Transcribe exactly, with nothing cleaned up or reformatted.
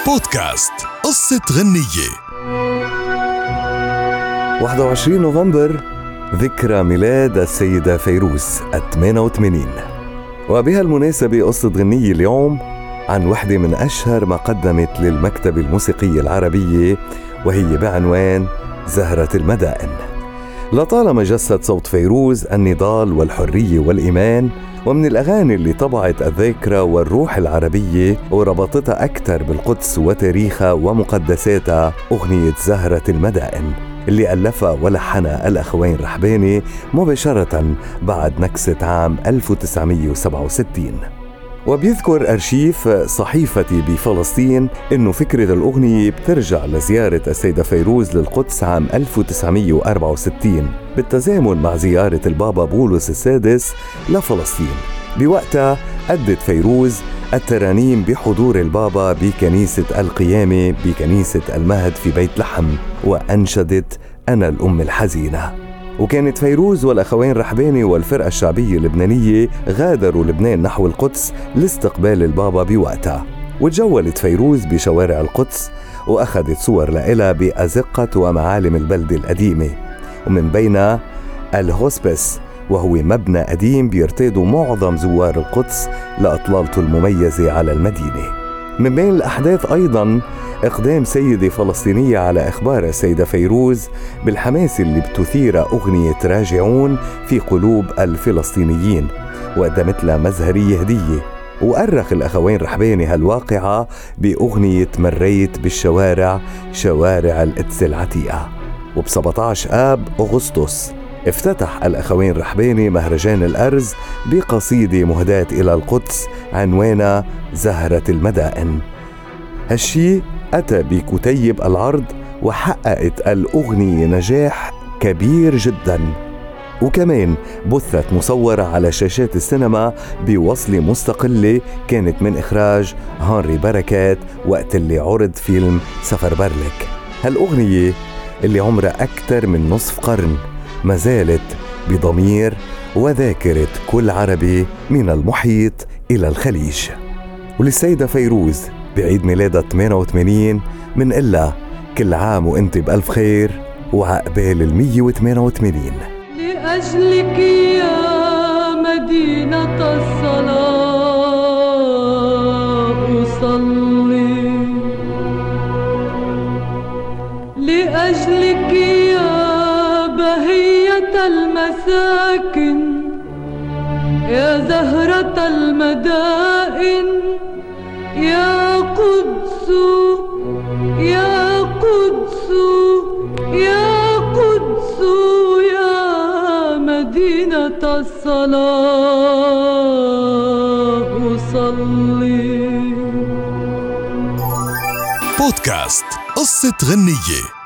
بودكاست قصة غنية. واحد وعشرين نوفمبر ذكرى ميلاد السيدة فيروز الثامنة وثمانين، وبها المناسبة قصة غنية اليوم عن وحدة من أشهر ما قدمت للمكتبة الموسيقية العربية، وهي بعنوان زهرة المدائن. لطالما جسد صوت فيروز النضال والحرية والإيمان، ومن الأغاني اللي طبعت الذاكرة والروح العربية وربطتها أكثر بالقدس وتاريخها ومقدساتها أغنية زهرة المدائن، اللي ألفها ولحنها الأخوين رحباني مباشرة بعد نكسة عام ألف وتسعمية وسبعة وستين. وبيذكر أرشيف صحيفتي بفلسطين إنه فكرة الأغنية بترجع لزيارة السيدة فيروز للقدس عام ألف وتسعمية وأربعة وستين بالتزامن مع زيارة البابا بولس السادس لفلسطين. بوقتها أدت فيروز الترانيم بحضور البابا بكنيسة القيامة بكنيسة المهد في بيت لحم، وأنشدت أنا الأم الحزينة. وكانت فيروز والأخوين رحباني والفرقة الشعبية اللبنانية غادروا لبنان نحو القدس لاستقبال البابا بوقتها. وتجولت فيروز بشوارع القدس وأخذت صور لإلها بأزقة ومعالم البلدة القديمة، ومن بينها الهوسبس، وهو مبنى قديم بيرتادوا معظم زوار القدس لأطلالته المميزة على المدينة. من بين الأحداث أيضاً إقدام سيدة فلسطينية على إخبار السيدة فيروز بالحماس اللي بتثير أغنية راجعون في قلوب الفلسطينيين، وقدمت لها مزهرية هدية. وأرخ الأخوين رحباني هالواقعة بأغنية مريت بالشوارع شوارع القدس العتيقة. وب سبعة عشر آب أغسطس افتتح الأخوين رحباني مهرجان الأرز بقصيدة مهداة إلى القدس عنوانها زهرة المدائن. هالشي أتى بكتيب العرض وحققت الأغنية نجاح كبير جداً، وكمان بثت مصورة على شاشات السينما بوصلة مستقلة كانت من إخراج هنري بركات وقت اللي عرض فيلم سفر برلك. هالأغنية اللي عمرها أكثر من نصف قرن ما زالت بضمير وذاكرة كل عربي من المحيط إلى الخليج. وللسيدة فيروز بعيد ميلادها ثمانية وثمانين من إلا كل عام وانت بألف خير وعقبال المية وثمانية وثمانين. لأجلك يا مدينة الصلاة أصلي، لأجلك يا بهية المساكن، يا زهرة المدائن، يا قدس يا قدس يا قدس يا مدينة الصلاة أصلي. بودكاست قصة غنية.